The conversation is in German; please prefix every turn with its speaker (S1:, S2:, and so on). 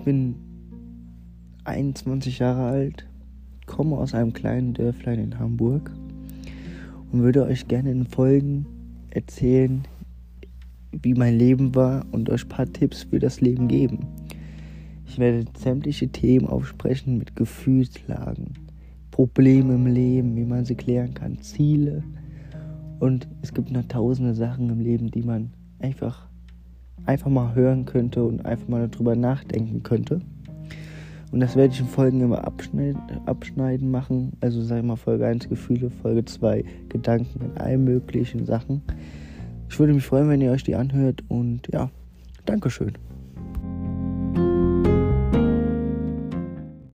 S1: bin 21 Jahre alt, komme aus einem kleinen Dörflein in Hamburg und würde euch gerne in Folgen erzählen, wie mein Leben war und euch ein paar Tipps für das Leben geben. Ich werde sämtliche Themen aufsprechen mit Gefühlslagen, Probleme im Leben, wie man sie klären kann, Ziele. Und es gibt noch tausende Sachen im Leben, die man einfach mal hören könnte und einfach mal darüber nachdenken könnte. Und das werde ich in Folgen immer abschneiden machen. Also sag ich mal Folge 1 Gefühle, Folge 2 Gedanken in allen möglichen Sachen. Ich würde mich freuen, wenn ihr euch die anhört und ja, Dankeschön.